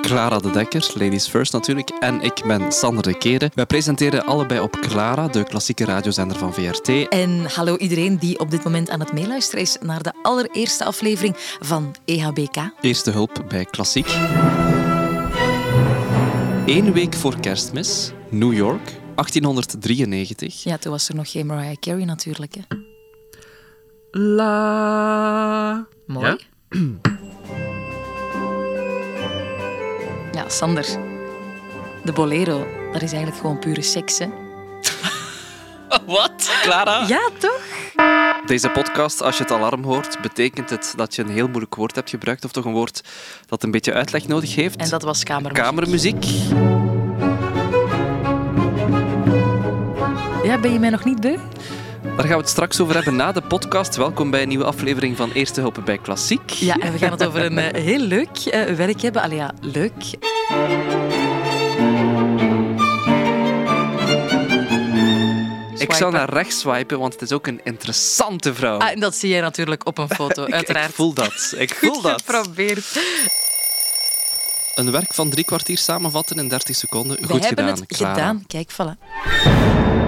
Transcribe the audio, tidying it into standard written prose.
Clara de Dekker, Ladies First natuurlijk. En ik ben Sander de Kere. Wij presenteren allebei op Clara, de klassieke radiozender van VRT. En hallo iedereen die op dit moment aan het meeluisteren is naar de allereerste aflevering van EHBK. Eerste hulp bij Klassiek. 1 week voor Kerstmis, New York, 1893. Ja, toen was er nog geen Mariah Carey natuurlijk. Hè. La. Mooi. Ja? Ja, Sander. De bolero, dat is eigenlijk gewoon pure seks, hè? Wat? Clara? Ja, toch? Deze podcast, als je het alarm hoort, betekent het dat je een heel moeilijk woord hebt gebruikt, of toch een woord dat een beetje uitleg nodig heeft. En dat was kamermuziek. Kamermuziek. Ja, ben je mij nog niet beu? Daar gaan we het straks over hebben na de podcast. Welkom bij een nieuwe aflevering van Eerste Hulp bij Klassiek. Ja, en we gaan het over een heel leuk werk hebben. Allee, ja, leuk. Ik zou naar rechts swipen, want het is ook een interessante vrouw. Ah, en dat zie jij natuurlijk op een foto, uiteraard. Ik voel dat. Ik voel Goed dat. geprobeerd. Een werk van 3 kwartier samenvatten in 30 seconden. We Goed hebben gedaan, het Clara. gedaan. Kijk, voilà.